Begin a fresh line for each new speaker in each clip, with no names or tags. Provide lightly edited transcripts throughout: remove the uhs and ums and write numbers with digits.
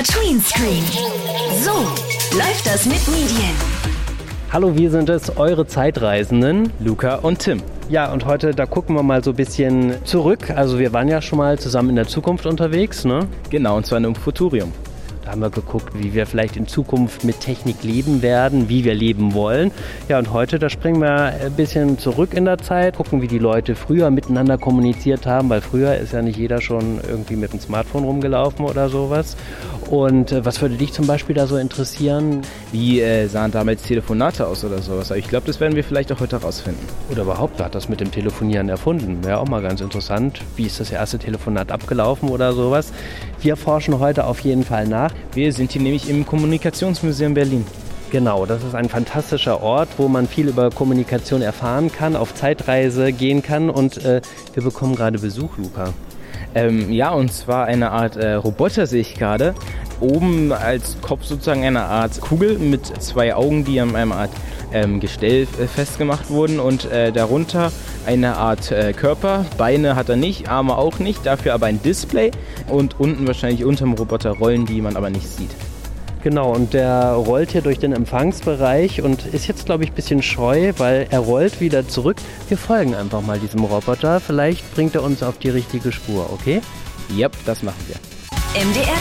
MDR Tweenscreen. So läuft das mit Medien.
Hallo, wir sind es, eure Zeitreisenden,
Luca und Tim.
Ja, und heute, da gucken wir mal so ein bisschen zurück. Also wir waren ja schon mal zusammen in der Zukunft unterwegs, ne?
Genau, und zwar in einem Futurium.
Da haben wir geguckt, wie wir vielleicht in Zukunft mit Technik leben werden, wie wir leben wollen. Ja, und heute, da springen wir ein bisschen zurück in der Zeit, gucken, wie die Leute früher miteinander kommuniziert haben, weil früher ist ja nicht jeder schon irgendwie mit dem Smartphone rumgelaufen oder sowas. Und was würde dich zum Beispiel da so interessieren?
Wie sahen damals Telefonate aus oder sowas? Aber ich glaube, das werden wir vielleicht auch heute herausfinden.
Oder überhaupt, wer hat das mit dem Telefonieren erfunden? Wäre auch mal ganz interessant. Wie ist das erste Telefonat abgelaufen oder sowas? Wir forschen heute auf jeden Fall nach.
Wir sind hier nämlich im Kommunikationsmuseum Berlin.
Genau, das ist ein fantastischer Ort, wo man viel über Kommunikation erfahren kann, auf Zeitreise gehen kann und wir bekommen gerade Besuch, Luca.
Ja, und zwar eine Art Roboter sehe ich gerade. Oben als Kopf sozusagen eine Art Kugel mit zwei Augen, die an einer Art Gestell festgemacht wurden und darunter eine Art Körper. Beine hat er nicht, Arme auch nicht, dafür aber ein Display und unten wahrscheinlich unterm Roboter Rollen, die man aber nicht sieht.
Genau, und der rollt hier durch den Empfangsbereich und ist jetzt, glaube ich, ein bisschen scheu, weil er rollt wieder zurück. Wir folgen einfach mal diesem Roboter. Vielleicht bringt er uns auf die richtige Spur, okay?
Yep, das machen wir.
MDR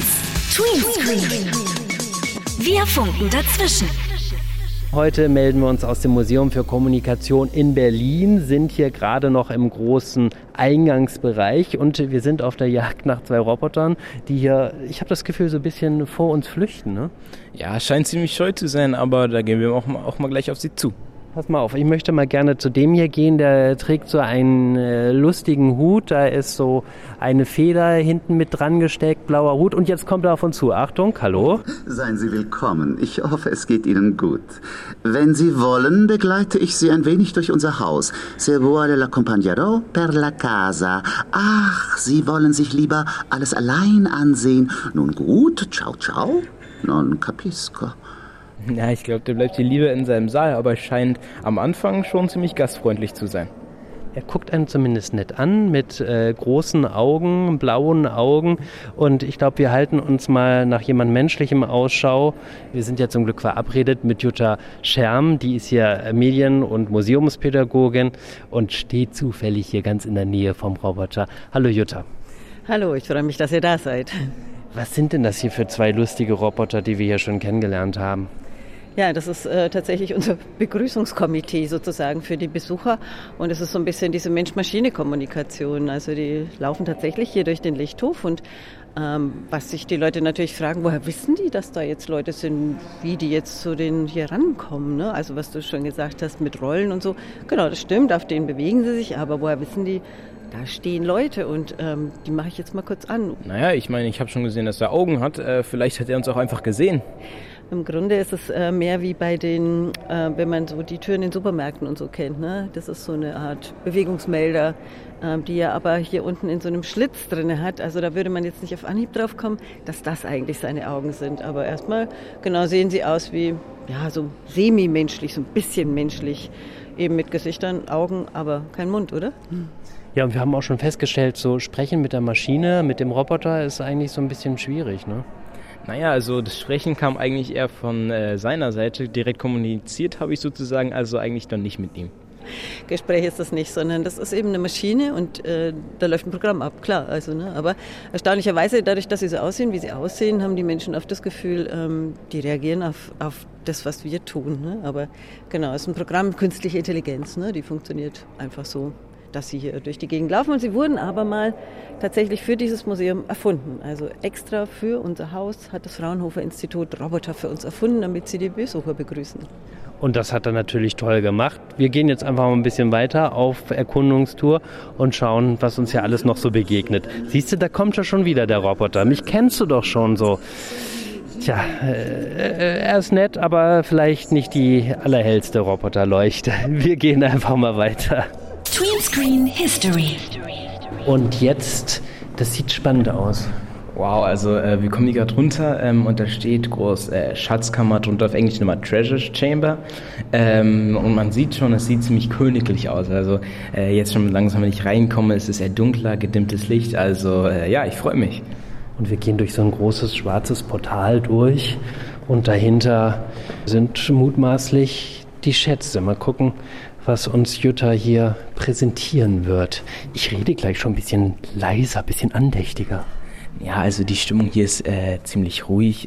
Tweenscreen. Wir funken dazwischen.
Heute melden wir uns aus dem Museum für Kommunikation in Berlin, sind hier gerade noch im großen Eingangsbereich und wir sind auf der Jagd nach zwei Robotern, die hier, ich habe das Gefühl, so ein bisschen vor uns flüchten, ne?
Ja, scheint ziemlich scheu zu sein, aber da gehen wir auch mal gleich auf sie zu.
Pass mal auf, ich möchte mal gerne zu dem hier gehen, der trägt so einen lustigen Hut, da ist so eine Feder hinten mit dran gesteckt, blauer Hut und jetzt kommt er auf uns zu. Achtung, hallo?
Seien Sie willkommen, ich hoffe, es geht Ihnen gut. Wenn Sie wollen, begleite ich Sie ein wenig durch unser Haus. Se vuole l'accompagnerò per la casa. Ach, Sie wollen sich lieber alles allein ansehen. Nun gut, ciao, ciao. Non capisco.
Ja, ich glaube, der bleibt hier lieber in seinem Saal, aber scheint am Anfang schon ziemlich gastfreundlich zu sein.
Er guckt einen zumindest nett an, mit großen Augen, blauen Augen und ich glaube, wir halten uns mal nach jemand Menschlichem Ausschau. Wir sind ja zum Glück verabredet mit Jutta Scherm, die ist hier Medien- und Museumspädagogin und steht zufällig hier ganz in der Nähe vom Roboter. Hallo Jutta.
Hallo, ich freue mich, dass ihr da seid.
Was sind denn das hier für zwei lustige Roboter, die wir hier schon kennengelernt haben?
Ja, das ist tatsächlich unser Begrüßungskomitee sozusagen für die Besucher und es ist so ein bisschen diese Mensch-Maschine-Kommunikation. Also die laufen tatsächlich hier durch den Lichthof und was sich die Leute natürlich fragen, woher wissen die, dass da jetzt Leute sind, wie die jetzt zu denen hier rankommen, ne? Also was du schon gesagt hast mit Rollen und so. Genau, das stimmt, auf denen bewegen sie sich, aber woher wissen die, da stehen Leute und die mache ich jetzt mal kurz an.
Naja, ich meine, ich habe schon gesehen, dass er Augen hat. Vielleicht hat er uns auch einfach gesehen.
Im Grunde ist es mehr wie bei den, wenn man so die Türen in Supermärkten und so kennt, ne? Das ist so eine Art Bewegungsmelder, die er aber hier unten in so einem Schlitz drin hat. Also da würde man jetzt nicht auf Anhieb drauf kommen, dass das eigentlich seine Augen sind. Aber erstmal, genau, sehen sie aus wie, ja, so semi-menschlich, so ein bisschen menschlich. Eben mit Gesichtern, Augen, aber kein Mund, oder?
Ja, und wir haben auch schon festgestellt, so sprechen mit der Maschine, mit dem Roboter ist eigentlich so ein bisschen schwierig, ne?
Naja, also das Sprechen kam eigentlich eher von seiner Seite. Direkt kommuniziert habe ich sozusagen, also eigentlich dann nicht mit ihm.
Gespräch ist das nicht, sondern das ist eben eine Maschine und da läuft ein Programm ab, klar. Also, ne, aber erstaunlicherweise, dadurch, dass sie so aussehen, wie sie aussehen, haben die Menschen oft das Gefühl, die reagieren auf das, was wir tun. Ne? Aber genau, es ist ein Programm, künstliche Intelligenz, ne? Die funktioniert einfach so, dass sie hier durch die Gegend laufen. Und sie wurden aber mal tatsächlich für dieses Museum erfunden. Also extra für unser Haus hat das Fraunhofer Institut Roboter für uns erfunden, damit sie die Besucher begrüßen.
Und das hat er natürlich toll gemacht. Wir gehen jetzt einfach mal ein bisschen weiter auf Erkundungstour und schauen, was uns hier alles noch so begegnet. Siehst du, da kommt ja schon wieder der Roboter. Mich kennst du doch schon so. Tja, er ist nett, aber vielleicht nicht die allerhellste Roboterleuchte. Wir gehen einfach mal weiter.
Tweenscreen History.
Und jetzt, das sieht spannend aus.
Wow, also wir kommen hier gerade runter und da steht groß Schatzkammer, drunter auf Englisch nochmal Treasure Chamber und man sieht schon, es sieht ziemlich königlich aus, also jetzt schon langsam, wenn ich reinkomme, ist es eher dunkler, gedimmtes Licht, also ja, ich freue mich.
und wir gehen durch so ein großes schwarzes Portal durch und dahinter sind mutmaßlich die Schätze. Mal gucken, was uns Jutta hier präsentieren wird. Ich rede gleich schon ein bisschen leiser, ein bisschen andächtiger.
Ja, also die Stimmung hier ist ziemlich ruhig,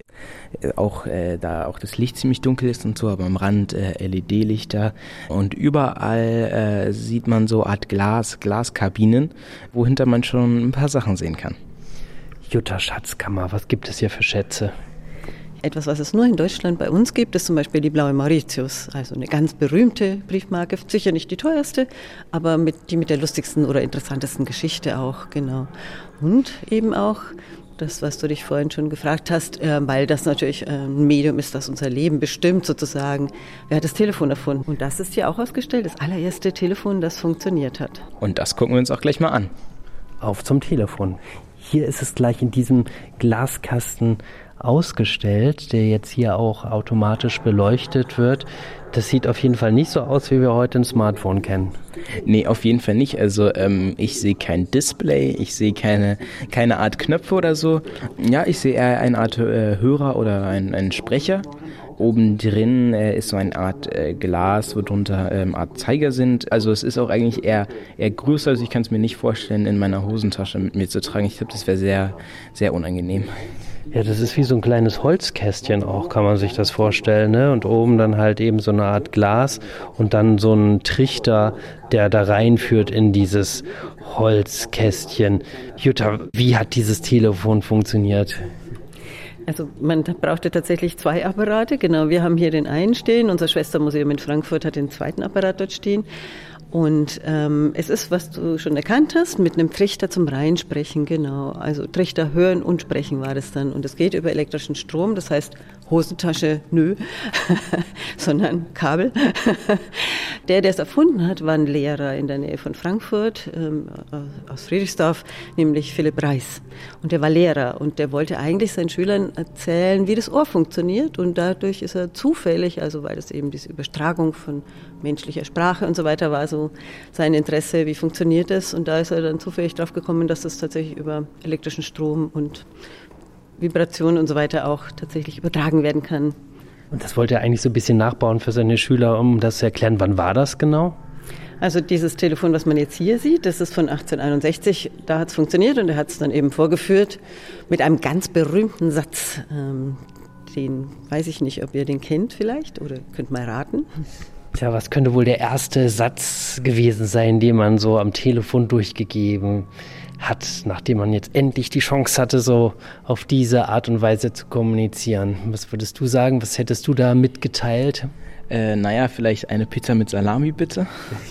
da auch das Licht ziemlich dunkel ist und so, aber am Rand LED-Lichter und überall sieht man so Art Glaskabinen, wohinter man schon ein paar Sachen sehen kann.
Jutta, Schatzkammer, was gibt es hier für Schätze?
Etwas, was es nur in Deutschland bei uns gibt, ist zum Beispiel die Blaue Mauritius. Also eine ganz berühmte Briefmarke, sicher nicht die teuerste, aber die mit der lustigsten oder interessantesten Geschichte auch, genau. Und eben auch das, was du dich vorhin schon gefragt hast, weil das natürlich ein Medium ist, das unser Leben bestimmt sozusagen. Wer hat das Telefon erfunden? Und das ist hier auch ausgestellt, das allererste Telefon, das funktioniert hat.
Und das gucken wir uns auch gleich mal an.
Auf zum Telefon. Hier ist es gleich in diesem Glaskasten ausgestellt, der jetzt hier auch automatisch beleuchtet wird. Das sieht auf jeden Fall nicht so aus, wie wir heute ein Smartphone kennen.
Nee, auf jeden Fall nicht. Also ich sehe kein Display, ich sehe keine Art Knöpfe oder so. Ja, ich sehe eher eine Art Hörer oder einen Sprecher. Oben drin ist so eine Art Glas, wo drunter Art Zeiger sind. Also es ist auch eigentlich eher größer. Also ich kann es mir nicht vorstellen, in meiner Hosentasche mit mir zu tragen. Ich glaube, das wäre sehr, sehr unangenehm.
Ja, das ist wie so ein kleines Holzkästchen auch, kann man sich das vorstellen, ne? Und oben dann halt eben so eine Art Glas und dann so ein Trichter, der da reinführt in dieses Holzkästchen. Jutta, wie hat dieses Telefon funktioniert?
Also man brauchte tatsächlich 2 Apparate. Genau, wir haben hier den einen stehen. Unser Schwestermuseum in Frankfurt hat den zweiten Apparat dort stehen. Und es ist, was du schon erkannt hast, mit einem Trichter zum Reinsprechen, genau. Also Trichter hören und sprechen war das dann. Und es geht über elektrischen Strom, das heißt Hosentasche, nö, sondern Kabel. Der es erfunden hat, war ein Lehrer in der Nähe von Frankfurt, aus Friedrichsdorf, nämlich Philipp Reis. Und der war Lehrer und der wollte eigentlich seinen Schülern erzählen, wie das Ohr funktioniert. Und dadurch ist er zufällig, also weil das eben diese Übertragung von menschlicher Sprache und so weiter war, so sein Interesse, wie funktioniert das. Und da ist er dann zufällig drauf gekommen, dass das tatsächlich über elektrischen Strom und Vibrationen und so weiter auch tatsächlich übertragen werden kann.
Und das wollte er eigentlich so ein bisschen nachbauen für seine Schüler, um das zu erklären. Wann war das genau?
Also dieses Telefon, was man jetzt hier sieht, das ist von 1861. Da hat es funktioniert und er hat es dann eben vorgeführt mit einem ganz berühmten Satz. Den weiß ich nicht, ob ihr den kennt vielleicht oder könnt mal raten.
Tja, was könnte wohl der erste Satz gewesen sein, den man so am Telefon durchgegeben hat, nachdem man jetzt endlich die Chance hatte, so auf diese Art und Weise zu kommunizieren? Was würdest du sagen? Was hättest du da mitgeteilt?
Vielleicht eine Pizza mit Salami, bitte.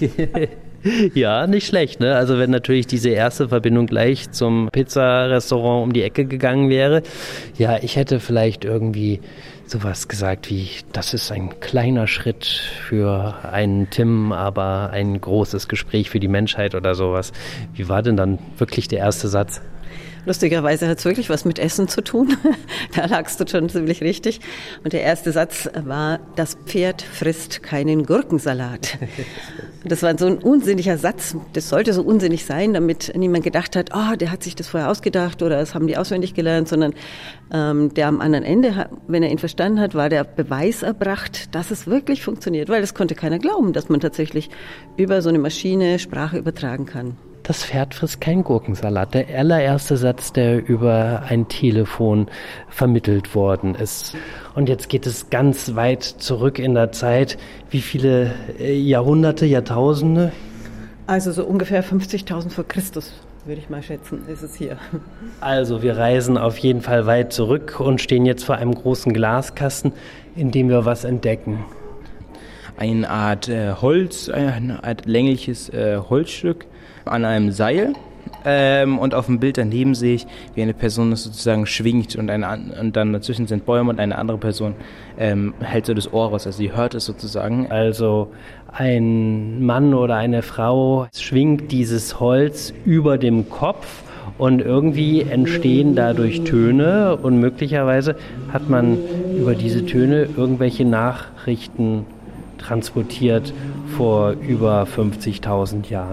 Ja, nicht schlecht, ne? Also wenn natürlich diese erste Verbindung gleich zum Pizzarestaurant um die Ecke gegangen wäre. Ja, ich hätte vielleicht irgendwie sowas gesagt wie, das ist ein kleiner Schritt für einen Tim, aber ein großes Gespräch für die Menschheit oder sowas. Wie war denn dann wirklich der erste Satz?
Lustigerweise hat es wirklich was mit Essen zu tun. Da lagst du schon ziemlich richtig. Und der erste Satz war, das Pferd frisst keinen Gurkensalat. Das war so ein unsinniger Satz. Das sollte so unsinnig sein, damit niemand gedacht hat, der hat sich das vorher ausgedacht oder das haben die auswendig gelernt, sondern der am anderen Ende, wenn er ihn verstanden hat, war der Beweis erbracht, dass es wirklich funktioniert. Weil das konnte keiner glauben, dass man tatsächlich über so eine Maschine Sprache übertragen kann.
Das Pferd frisst keinen Gurkensalat. Der allererste Satz, der über ein Telefon vermittelt worden ist. Und jetzt geht es ganz weit zurück in der Zeit. Wie viele Jahrhunderte, Jahrtausende?
Also so ungefähr 50.000 vor Christus, würde ich mal schätzen, ist es hier.
Also wir reisen auf jeden Fall weit zurück und stehen jetzt vor einem großen Glaskasten, in dem wir was entdecken.
Eine Art Holz, eine Art längliches Holzstück an einem Seil. Und auf dem Bild daneben sehe ich, wie eine Person das sozusagen schwingt und dann dazwischen sind Bäume und eine andere Person hält so das Ohr raus, also sie hört es sozusagen.
Also ein Mann oder eine Frau schwingt dieses Holz über dem Kopf und irgendwie entstehen dadurch Töne und möglicherweise hat man über diese Töne irgendwelche Nachrichten transportiert vor über 50.000 Jahren.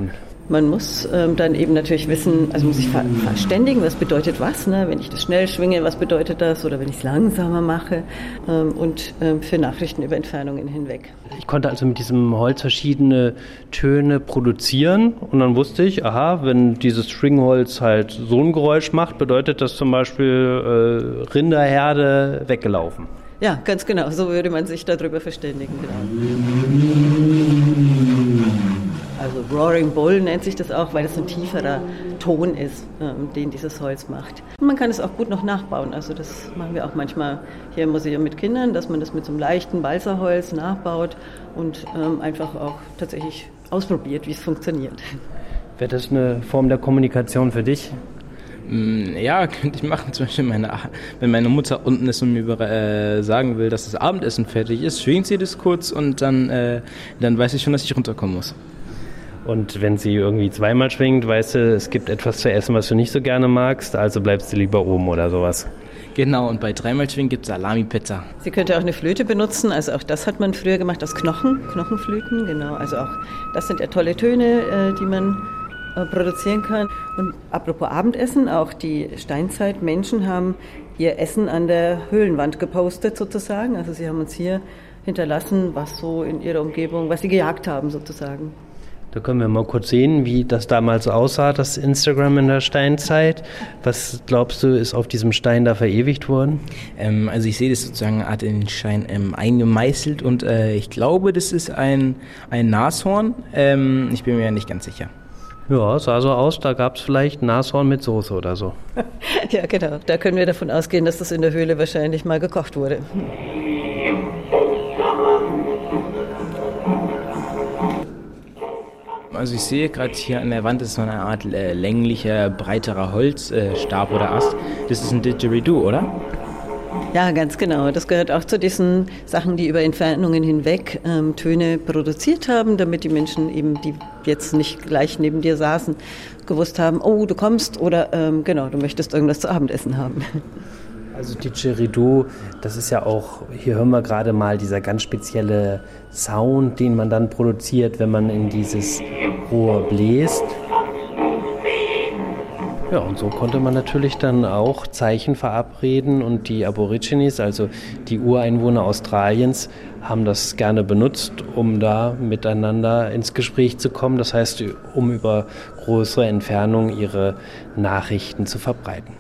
Man muss dann eben natürlich wissen, also muss ich verständigen, was bedeutet was, ne? Wenn ich das schnell schwinge, was bedeutet das, oder wenn ich es langsamer mache, und für Nachrichten über Entfernungen hinweg.
Ich konnte also mit diesem Holz verschiedene Töne produzieren und dann wusste ich, aha, wenn dieses Stringholz halt so ein Geräusch macht, bedeutet das zum Beispiel Rinderherde weggelaufen.
Ja, ganz genau, so würde man sich darüber verständigen. Genau. Also Roaring Bull nennt sich das auch, weil es ein tieferer Ton ist, den dieses Holz macht. Und man kann es auch gut noch nachbauen, also das machen wir auch manchmal hier im Museum mit Kindern, dass man das mit so einem leichten Balsaholz nachbaut und einfach auch tatsächlich ausprobiert, wie es funktioniert.
Wäre das eine Form der Kommunikation für dich?
Ja, könnte ich machen. Zum Beispiel, wenn meine Mutter unten ist und mir sagen will, dass das Abendessen fertig ist, schwingt sie das kurz und dann weiß ich schon, dass ich runterkommen muss.
Und wenn sie irgendwie zweimal schwingt, weißt du, es gibt etwas zu essen, was du nicht so gerne magst, also bleibst du lieber oben oder sowas.
Genau, und bei dreimal schwingen gibt es Salami-Pizza.
Sie könnte auch eine Flöte benutzen, also auch das hat man früher gemacht aus Knochenflöten, genau. Also auch das sind ja tolle Töne, die man produzieren kann. Und apropos Abendessen, auch die Steinzeitmenschen haben ihr Essen an der Höhlenwand gepostet sozusagen. Also sie haben uns hier hinterlassen, was so in ihrer Umgebung, was sie gejagt haben sozusagen.
Da können wir mal kurz sehen, wie das damals aussah, das Instagram in der Steinzeit. Was glaubst du, ist auf diesem Stein da verewigt worden?
Also ich sehe das sozusagen eine Art in den Stein eingemeißelt und ich glaube, das ist ein Nashorn. Ich bin mir ja nicht ganz sicher.
Ja, sah so aus, da gab es vielleicht Nashorn mit Soße oder so.
Ja, genau. Da können wir davon ausgehen, dass das in der Höhle wahrscheinlich mal gekocht wurde.
Also ich sehe gerade hier an der Wand ist so eine Art länglicher, breiterer Holzstab oder Ast. Das ist ein Didgeridoo, oder?
Ja, ganz genau. Das gehört auch zu diesen Sachen, die über Entfernungen hinweg Töne produziert haben, damit die Menschen eben, die jetzt nicht gleich neben dir saßen, gewusst haben, oh, du kommst oder genau, du möchtest irgendwas zu Abendessen haben.
Also Didgeridoo, das ist ja auch, hier hören wir gerade mal dieser ganz spezielle Sound, den man dann produziert, wenn man in dieses Rohr bläst. Ja, und so konnte man natürlich dann auch Zeichen verabreden und die Aborigines, also die Ureinwohner Australiens, haben das gerne benutzt, um da miteinander ins Gespräch zu kommen. Das heißt, um über größere Entfernungen ihre Nachrichten zu verbreiten.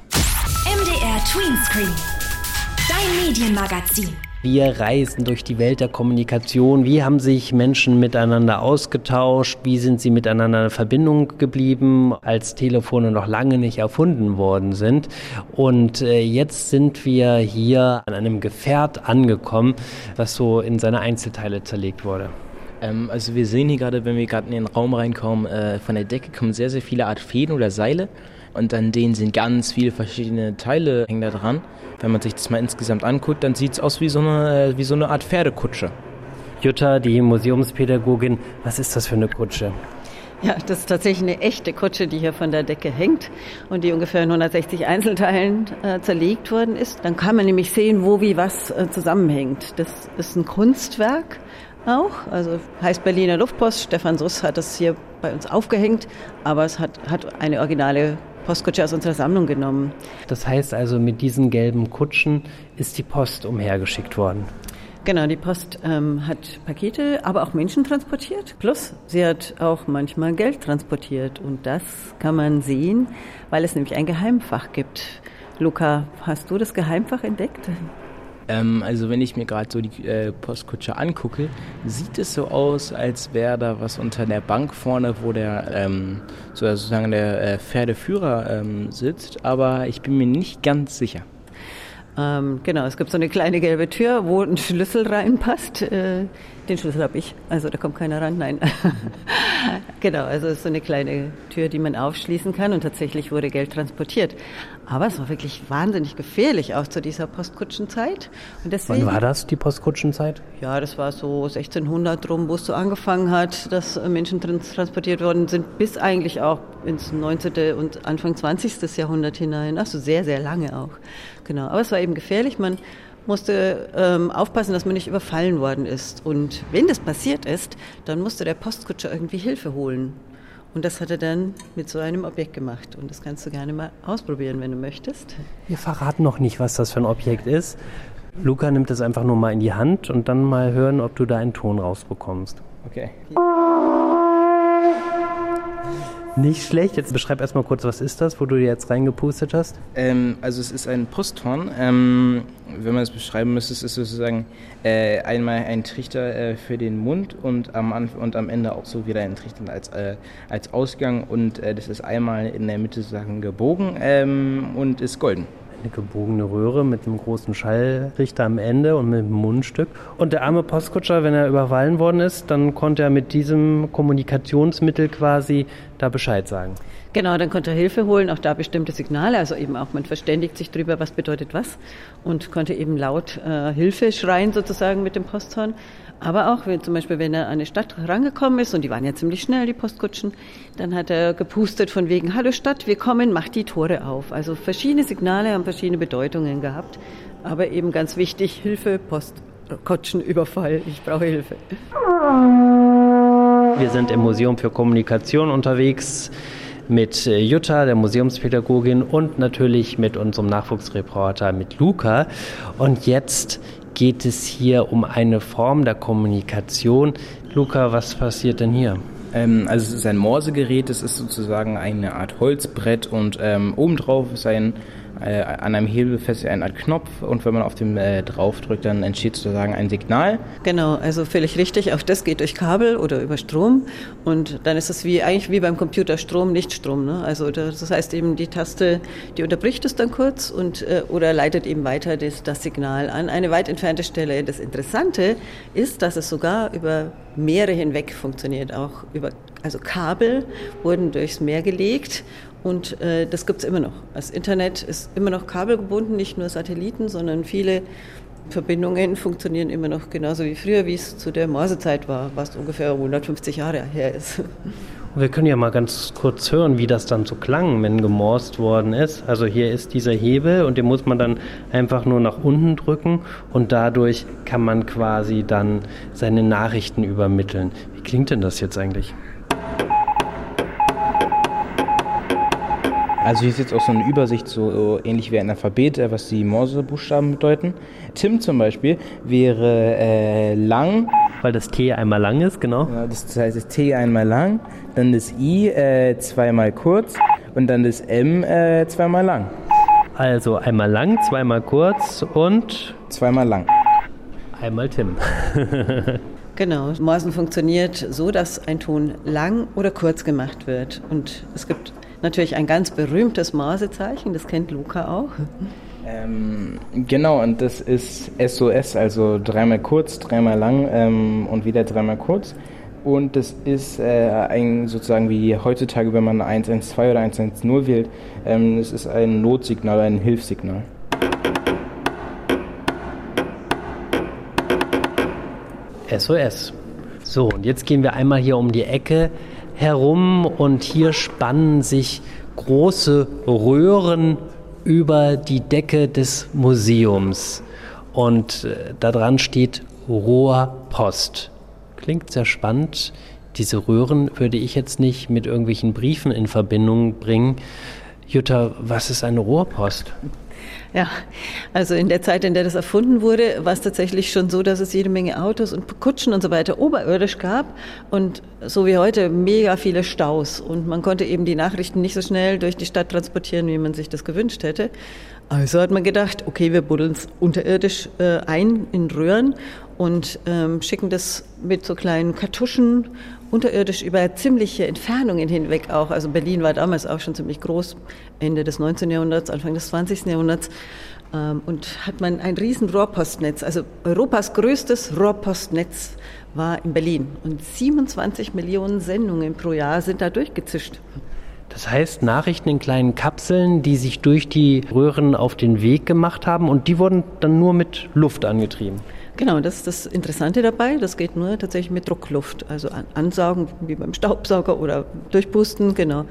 MDR Tweenscreen, dein Medienmagazin.
Wir reisen durch die Welt der Kommunikation. Wie haben sich Menschen miteinander ausgetauscht? Wie sind sie miteinander in Verbindung geblieben, als Telefone noch lange nicht erfunden worden sind? Und jetzt sind wir hier an einem Gefährt angekommen, was so in seine Einzelteile zerlegt wurde.
Also wir sehen hier gerade, wenn wir gerade in den Raum reinkommen, von der Decke kommen sehr, sehr viele Art Fäden oder Seile. Und an denen sind ganz viele verschiedene Teile hängen da dran. Wenn man sich das mal insgesamt anguckt, dann sieht es aus wie so eine Art Pferdekutsche.
Jutta, die Museumspädagogin, was ist das für eine Kutsche?
Ja, das ist tatsächlich eine echte Kutsche, die hier von der Decke hängt und die ungefähr in 160 Einzelteilen zerlegt worden ist. Dann kann man nämlich sehen, wo wie was zusammenhängt. Das ist ein Kunstwerk auch, also heißt Berliner Luftpost. Stefan Suss hat das hier bei uns aufgehängt, aber es hat eine originale Postkutsche aus unserer Sammlung genommen.
Das heißt also, mit diesen gelben Kutschen ist die Post umhergeschickt worden?
Genau, die Post hat Pakete, aber auch Menschen transportiert. Plus, sie hat auch manchmal Geld transportiert. Und das kann man sehen, weil es nämlich ein Geheimfach gibt. Luca, hast du das Geheimfach entdeckt?
Also wenn ich mir gerade so die Postkutsche angucke, sieht es so aus, als wäre da was unter der Bank vorne, wo der sozusagen der Pferdeführer sitzt, aber ich bin mir nicht ganz sicher.
Genau, es gibt so eine kleine gelbe Tür, wo ein Schlüssel reinpasst. Den Schlüssel habe ich, also da kommt keiner ran, nein. Genau, also es ist so eine kleine Tür, die man aufschließen kann und tatsächlich wurde Geld transportiert. Aber es war wirklich wahnsinnig gefährlich, auch zu dieser Postkutschenzeit. Und deswegen,
wann war das, die Postkutschenzeit?
Ja, das war so 1600 rum, wo es so angefangen hat, dass Menschen transportiert worden sind, bis eigentlich auch ins 19. und Anfang 20. Jahrhundert hinein. Also sehr, sehr lange auch. Genau, aber es war eben gefährlich. Man musste aufpassen, dass man nicht überfallen worden ist. Und wenn das passiert ist, dann musste der Postkutscher irgendwie Hilfe holen. Und das hat er dann mit so einem Objekt gemacht. Und das kannst du gerne mal ausprobieren, wenn du möchtest.
Wir verraten noch nicht, was das für ein Objekt ist. Luca nimmt es einfach nur mal in die Hand und dann mal hören, ob du da einen Ton rausbekommst.
Okay.
Nicht schlecht. Jetzt beschreib erstmal kurz, was ist das, wo du dir jetzt reingepustet hast?
Also es ist ein Posthorn. Wenn man es beschreiben müsste, ist es sozusagen einmal ein Trichter für den Mund und am Ende auch so wieder ein Trichter als Ausgang. Und das ist einmal in der Mitte sozusagen gebogen und ist golden.
Eine gebogene Röhre mit einem großen Schallrichter am Ende und mit einem Mundstück. Und der arme Postkutscher, wenn er überfallen worden ist, dann konnte er mit diesem Kommunikationsmittel quasi da Bescheid sagen.
Genau, dann konnte er Hilfe holen, auch da bestimmte Signale, also eben auch man verständigt sich drüber, was bedeutet was und konnte eben laut Hilfe schreien sozusagen mit dem Posthorn. Aber auch, zum Beispiel, wenn er an eine Stadt rangekommen ist, und die waren ja ziemlich schnell, die Postkutschen, dann hat er gepustet von wegen, hallo Stadt, wir kommen, macht die Tore auf. Also verschiedene Signale haben verschiedene Bedeutungen gehabt, aber eben ganz wichtig, Hilfe, Postkutschenüberfall, ich brauche Hilfe.
Wir sind im Museum für Kommunikation unterwegs mit Jutta, der Museumspädagogin, und natürlich mit unserem Nachwuchsreporter, mit Luca. Und jetzt geht es hier um eine Form der Kommunikation. Luca, was passiert denn hier?
Also es ist ein Morsegerät, es ist sozusagen eine Art Holzbrett und obendrauf ist an einem Hebel befestigt eine Art Knopf und wenn man auf dem drauf drückt, dann entsteht sozusagen ein Signal.
Genau, also völlig richtig, auch das geht durch Kabel oder über Strom und dann ist es eigentlich wie beim Computer Strom, nicht Strom. Ne? Also das heißt eben die Taste, die unterbricht es dann kurz und oder leitet eben weiter das Signal an eine weit entfernte Stelle. Das Interessante ist, dass es sogar über Meere hinweg funktioniert, also Kabel wurden durchs Meer gelegt. Und das gibt es immer noch. Das Internet ist immer noch kabelgebunden, nicht nur Satelliten, sondern viele Verbindungen funktionieren immer noch genauso wie früher, wie es zu der Morsezeit war, was ungefähr 150 Jahre her ist.
Wir können ja mal ganz kurz hören, wie das dann so klang, wenn gemorst worden ist. Also hier ist dieser Hebel und den muss man dann einfach nur nach unten drücken und dadurch kann man quasi dann seine Nachrichten übermitteln. Wie klingt denn das jetzt eigentlich?
Also hier ist jetzt auch so eine Übersicht, so ähnlich wie ein Alphabet, was die Morsebuchstaben bedeuten. Tim zum Beispiel wäre lang.
Weil das T einmal lang ist, genau.
Ja, das heißt das T einmal lang, dann das I zweimal kurz und dann das M zweimal lang.
Also einmal lang, zweimal kurz und...
zweimal lang.
Einmal Tim.
Genau, Morsen funktioniert so, dass ein Ton lang oder kurz gemacht wird. Und es gibt natürlich ein ganz berühmtes Morsezeichen, das kennt Luca auch.
Genau, und das ist SOS, also dreimal kurz, dreimal lang und wieder dreimal kurz. Und das ist sozusagen wie heutzutage, wenn man 112 oder 110 wählt, es ist ein Notsignal, ein Hilfssignal.
SOS. So, und jetzt gehen wir einmal hier um die Ecke herum und hier spannen sich große Röhren über die Decke des Museums. Und da dran steht Rohrpost. Klingt sehr spannend. Diese Röhren würde ich jetzt nicht mit irgendwelchen Briefen in Verbindung bringen. Jutta, was ist eine Rohrpost?
Ja, also in der Zeit, in der das erfunden wurde, war es tatsächlich schon so, dass es jede Menge Autos und Kutschen und so weiter oberirdisch gab und so wie heute mega viele Staus und man konnte eben die Nachrichten nicht so schnell durch die Stadt transportieren, wie man sich das gewünscht hätte. Also hat man gedacht, okay, wir buddeln es unterirdisch ein in Röhren und schicken das mit so kleinen Kartuschen unterirdisch über ziemliche Entfernungen hinweg auch. Also Berlin war damals auch schon ziemlich groß, Ende des 19. Jahrhunderts, Anfang des 20. Jahrhunderts. Und hat man ein riesen Rohrpostnetz, also Europas größtes Rohrpostnetz war in Berlin. Und 27 Millionen Sendungen pro Jahr sind da durchgezischt.
Das heißt, Nachrichten in kleinen Kapseln, die sich durch die Röhren auf den Weg gemacht haben und die wurden dann nur mit Luft angetrieben.
Genau, das ist das Interessante dabei. Das geht nur tatsächlich mit Druckluft, also ansaugen wie beim Staubsauger oder durchpusten, genau.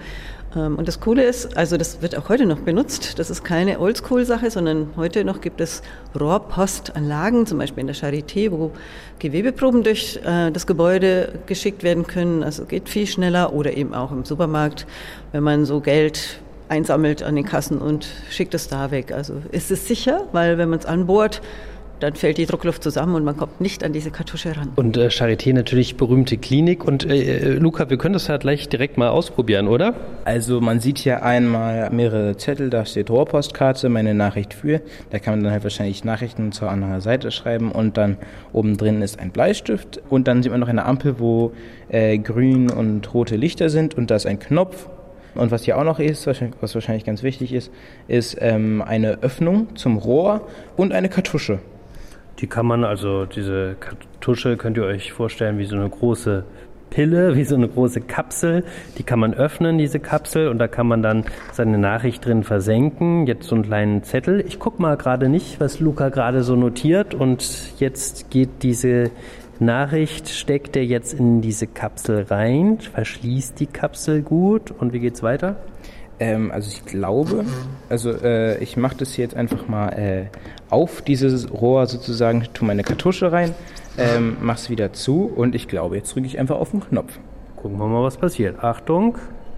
Und das Coole ist, also das wird auch heute noch benutzt, das ist keine Oldschool-Sache, sondern heute noch gibt es Rohrpostanlagen, zum Beispiel in der Charité, wo Gewebeproben durch das Gebäude geschickt werden können, also geht viel schneller, oder eben auch im Supermarkt, wenn man so Geld einsammelt an den Kassen und schickt es da weg. Also ist es sicher, weil wenn man es anbohrt, dann fällt die Druckluft zusammen und man kommt nicht an diese Kartusche ran.
Und Charité natürlich berühmte Klinik. Und Luca, wir können das ja gleich direkt mal ausprobieren, oder?
Also man sieht hier einmal mehrere Zettel, da steht Rohrpostkarte, meine Nachricht für. Da kann man dann halt wahrscheinlich Nachrichten zur anderen Seite schreiben und dann oben drin ist ein Bleistift. Und dann sieht man noch eine Ampel, wo grün und rote Lichter sind und da ist ein Knopf. Und was hier auch noch ist, was wahrscheinlich ganz wichtig ist eine Öffnung zum Rohr und eine Kartusche.
Die kann man, also diese Kartusche könnt ihr euch vorstellen wie so eine große Pille, wie so eine große Kapsel. Die kann man öffnen, diese Kapsel, und da kann man dann seine Nachricht drin versenken. Jetzt so einen kleinen Zettel. Ich gucke mal gerade nicht, was Luca gerade so notiert, und jetzt geht diese Nachricht, steckt er jetzt in diese Kapsel rein, verschließt die Kapsel gut, und wie geht's weiter?
Also ich glaube, ich mache das hier jetzt einfach mal auf dieses Rohr sozusagen, tue meine Kartusche rein, mach's wieder zu, und ich glaube, jetzt drücke ich einfach auf den Knopf.
Gucken wir mal, was passiert. Achtung.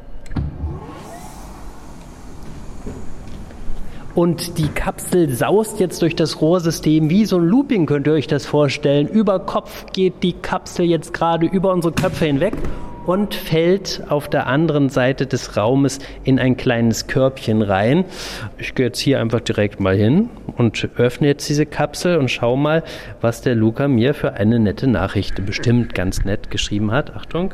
Und die Kapsel saust jetzt durch das Rohrsystem wie so ein Looping, könnt ihr euch das vorstellen. Über Kopf geht die Kapsel jetzt gerade über unsere Köpfe hinweg und fällt auf der anderen Seite des Raumes in ein kleines Körbchen rein. Ich gehe jetzt hier einfach direkt mal hin und öffne jetzt diese Kapsel und schau mal, was der Luca mir für eine nette Nachricht, bestimmt ganz nett, geschrieben hat. Achtung.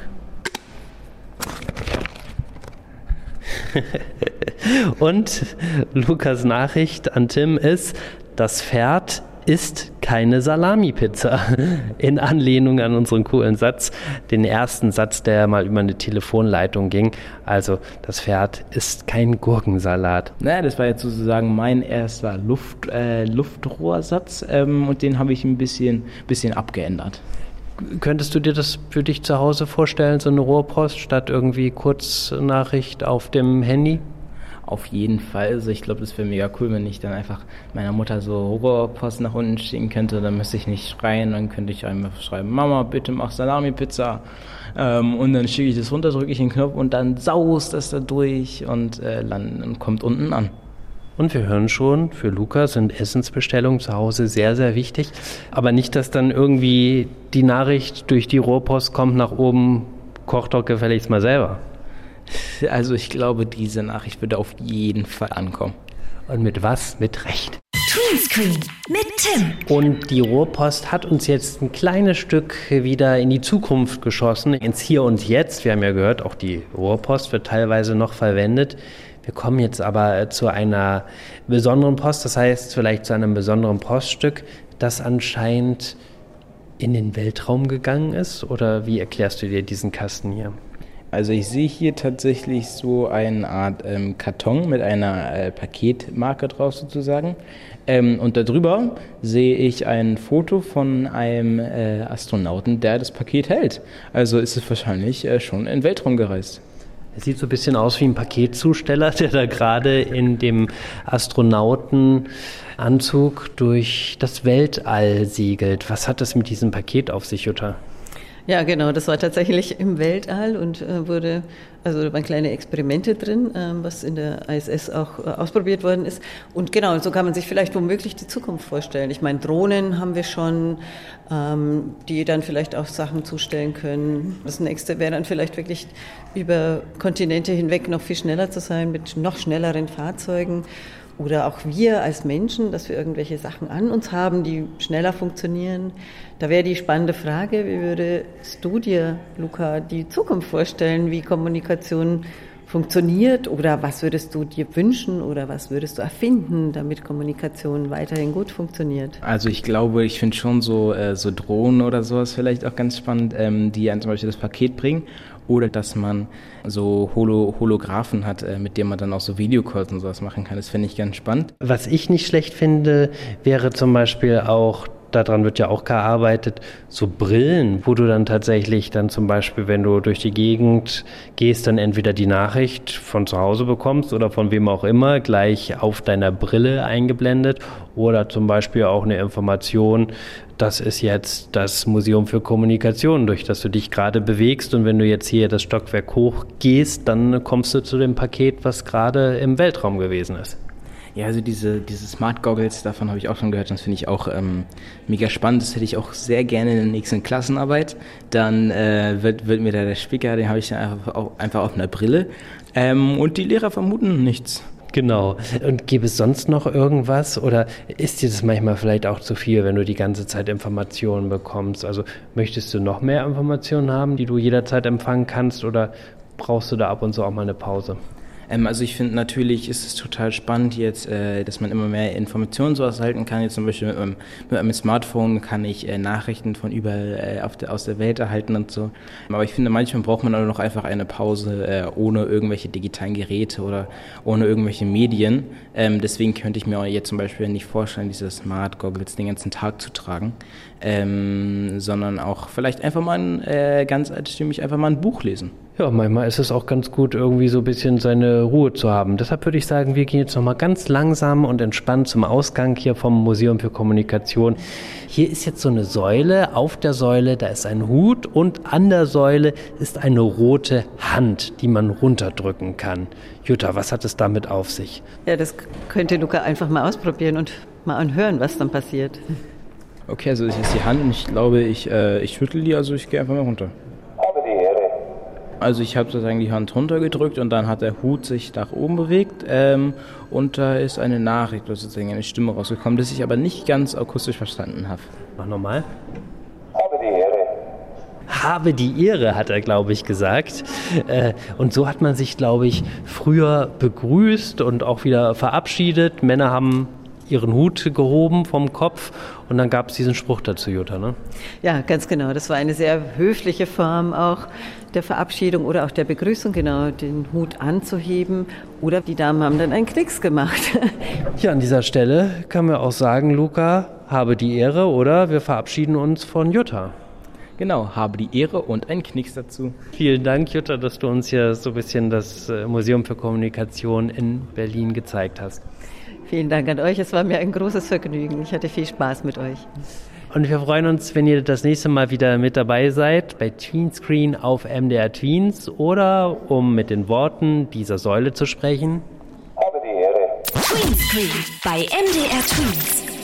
Und Lukas Nachricht an Tim ist: Das Pferd ist keine Salami-Pizza. In Anlehnung an unseren coolen Satz, den ersten Satz, der mal über eine Telefonleitung ging. Also, das Pferd ist kein Gurkensalat.
Naja, das war jetzt sozusagen mein erster Luftrohrsatz, und den habe ich ein bisschen abgeändert.
Könntest du dir das für dich zu Hause vorstellen, so eine Rohrpost statt irgendwie Kurznachricht auf dem Handy?
Auf jeden Fall. Also ich glaube, das wäre mega cool, wenn ich dann einfach meiner Mutter so Rohrpost nach unten schicken könnte. Dann müsste ich nicht schreien, dann könnte ich einfach schreiben: Mama, bitte mach Salami-Pizza. Und dann schicke ich das runter, drücke ich den Knopf und dann saust das da durch und kommt unten an.
Und wir hören schon, für Luca sind Essensbestellungen zu Hause sehr, sehr wichtig. Aber nicht, dass dann irgendwie die Nachricht durch die Rohrpost kommt nach oben: Koch doch gefälligst mal selber.
Also ich glaube, diese Nachricht würde auf jeden Fall ankommen.
Und mit was? Mit Recht.
Tweenscreen mit Tim.
Und die Rohrpost hat uns jetzt ein kleines Stück wieder in die Zukunft geschossen, ins Hier und Jetzt. Wir haben ja gehört, auch die Rohrpost wird teilweise noch verwendet. Wir kommen jetzt aber zu einer besonderen Post, das heißt vielleicht zu einem besonderen Poststück, das anscheinend in den Weltraum gegangen ist. Oder wie erklärst du dir diesen Kasten hier?
Also ich sehe hier tatsächlich so eine Art Karton mit einer Paketmarke drauf sozusagen. Und darüber sehe ich ein Foto von einem Astronauten, der das Paket hält. Also ist es wahrscheinlich schon in den Weltraum gereist.
Es sieht so ein bisschen aus wie ein Paketzusteller, der da gerade in dem Astronautenanzug durch das Weltall segelt. Was hat das mit diesem Paket auf sich, Jutta?
Ja, genau, das war tatsächlich im Weltall und da waren kleine Experimente drin, was in der ISS auch ausprobiert worden ist. Und genau, so kann man sich vielleicht womöglich die Zukunft vorstellen. Ich meine, Drohnen haben wir schon, die dann vielleicht auch Sachen zustellen können. Das nächste wäre dann vielleicht wirklich über Kontinente hinweg noch viel schneller zu sein mit noch schnelleren Fahrzeugen. Oder auch wir als Menschen, dass wir irgendwelche Sachen an uns haben, die schneller funktionieren. Da wäre die spannende Frage: Wie würdest du dir, Luca, die Zukunft vorstellen, wie Kommunikation funktioniert? Oder was würdest du dir wünschen oder was würdest du erfinden, damit Kommunikation weiterhin gut funktioniert?
Also ich glaube, ich finde schon so Drohnen oder sowas vielleicht auch ganz spannend, die zum Beispiel das Paket bringen. Oder dass man so Holographen hat, mit denen man dann auch so Videocalls und sowas machen kann. Das finde ich ganz spannend.
Was ich nicht schlecht finde, wäre zum Beispiel auch, daran wird ja auch gearbeitet, so Brillen, wo du dann tatsächlich dann zum Beispiel, wenn du durch die Gegend gehst, dann entweder die Nachricht von zu Hause bekommst oder von wem auch immer gleich auf deiner Brille eingeblendet oder zum Beispiel auch eine Information, das ist jetzt das Museum für Kommunikation, durch das du dich gerade bewegst und wenn du jetzt hier das Stockwerk hochgehst, dann kommst du zu dem Paket, was gerade im Weltraum gewesen ist.
Ja, also diese Smart Goggles, davon habe ich auch schon gehört, das finde ich auch mega spannend, das hätte ich auch sehr gerne in der nächsten Klassenarbeit. Dann wird mir da der Spicker, den habe ich dann einfach auf einer Brille und die Lehrer vermuten nichts.
Genau. Und gäbe es sonst noch irgendwas oder ist dir das manchmal vielleicht auch zu viel, wenn du die ganze Zeit Informationen bekommst? Also möchtest du noch mehr Informationen haben, die du jederzeit empfangen kannst oder brauchst du da ab und zu auch mal eine Pause?
Also ich finde natürlich ist es total spannend jetzt, dass man immer mehr Informationen so erhalten kann. Jetzt zum Beispiel mit meinem Smartphone kann ich Nachrichten von überall aus der Welt erhalten und so. Aber ich finde, manchmal braucht man auch noch einfach eine Pause ohne irgendwelche digitalen Geräte oder ohne irgendwelche Medien. Deswegen könnte ich mir jetzt zum Beispiel nicht vorstellen, diese Smart Goggles den ganzen Tag zu tragen, sondern auch vielleicht einfach mal ganz altstimmig einfach mal ein Buch lesen.
Ja, manchmal ist es auch ganz gut, irgendwie so ein bisschen seine Ruhe zu haben. Deshalb würde ich sagen, wir gehen jetzt nochmal ganz langsam und entspannt zum Ausgang hier vom Museum für Kommunikation. Hier ist jetzt so eine Säule. Auf der Säule, da ist ein Hut und an der Säule ist eine rote Hand, die man runterdrücken kann. Jutta, was hat es damit auf sich?
Ja, das könnte Luca einfach mal ausprobieren und mal anhören, was dann passiert.
Okay, also das ist die Hand und ich glaube, ich schüttel die, also ich gehe einfach mal runter. Also ich habe sozusagen die Hand runtergedrückt und dann hat der Hut sich nach oben bewegt und da ist eine Nachricht, sozusagen eine Stimme rausgekommen, das ich aber nicht ganz akustisch verstanden habe.
Mach nochmal. Habe die Ehre. Habe die Ehre, hat er, glaube ich, gesagt. Und so hat man sich, glaube ich, früher begrüßt und auch wieder verabschiedet. Männer haben ihren Hut gehoben vom Kopf und dann gab es diesen Spruch dazu, Jutta, ne?
Ja, ganz genau. Das war eine sehr höfliche Form auch der Verabschiedung oder auch der Begrüßung, genau, den Hut anzuheben. Oder die Damen haben dann einen Knicks gemacht.
Ja, an dieser Stelle können wir auch sagen, Luca, habe die Ehre, oder? Wir verabschieden uns von Jutta.
Genau, habe die Ehre und einen Knicks dazu.
Vielen Dank, Jutta, dass du uns hier so ein bisschen das Museum für Kommunikation in Berlin gezeigt hast.
Vielen Dank an euch, es war mir ein großes Vergnügen. Ich hatte viel Spaß mit euch.
Und wir freuen uns, wenn ihr das nächste Mal wieder mit dabei seid bei Tweenscreen auf MDR Tweens oder, um mit den Worten dieser Säule zu sprechen,
Tweenscreen bei MDR Tweens.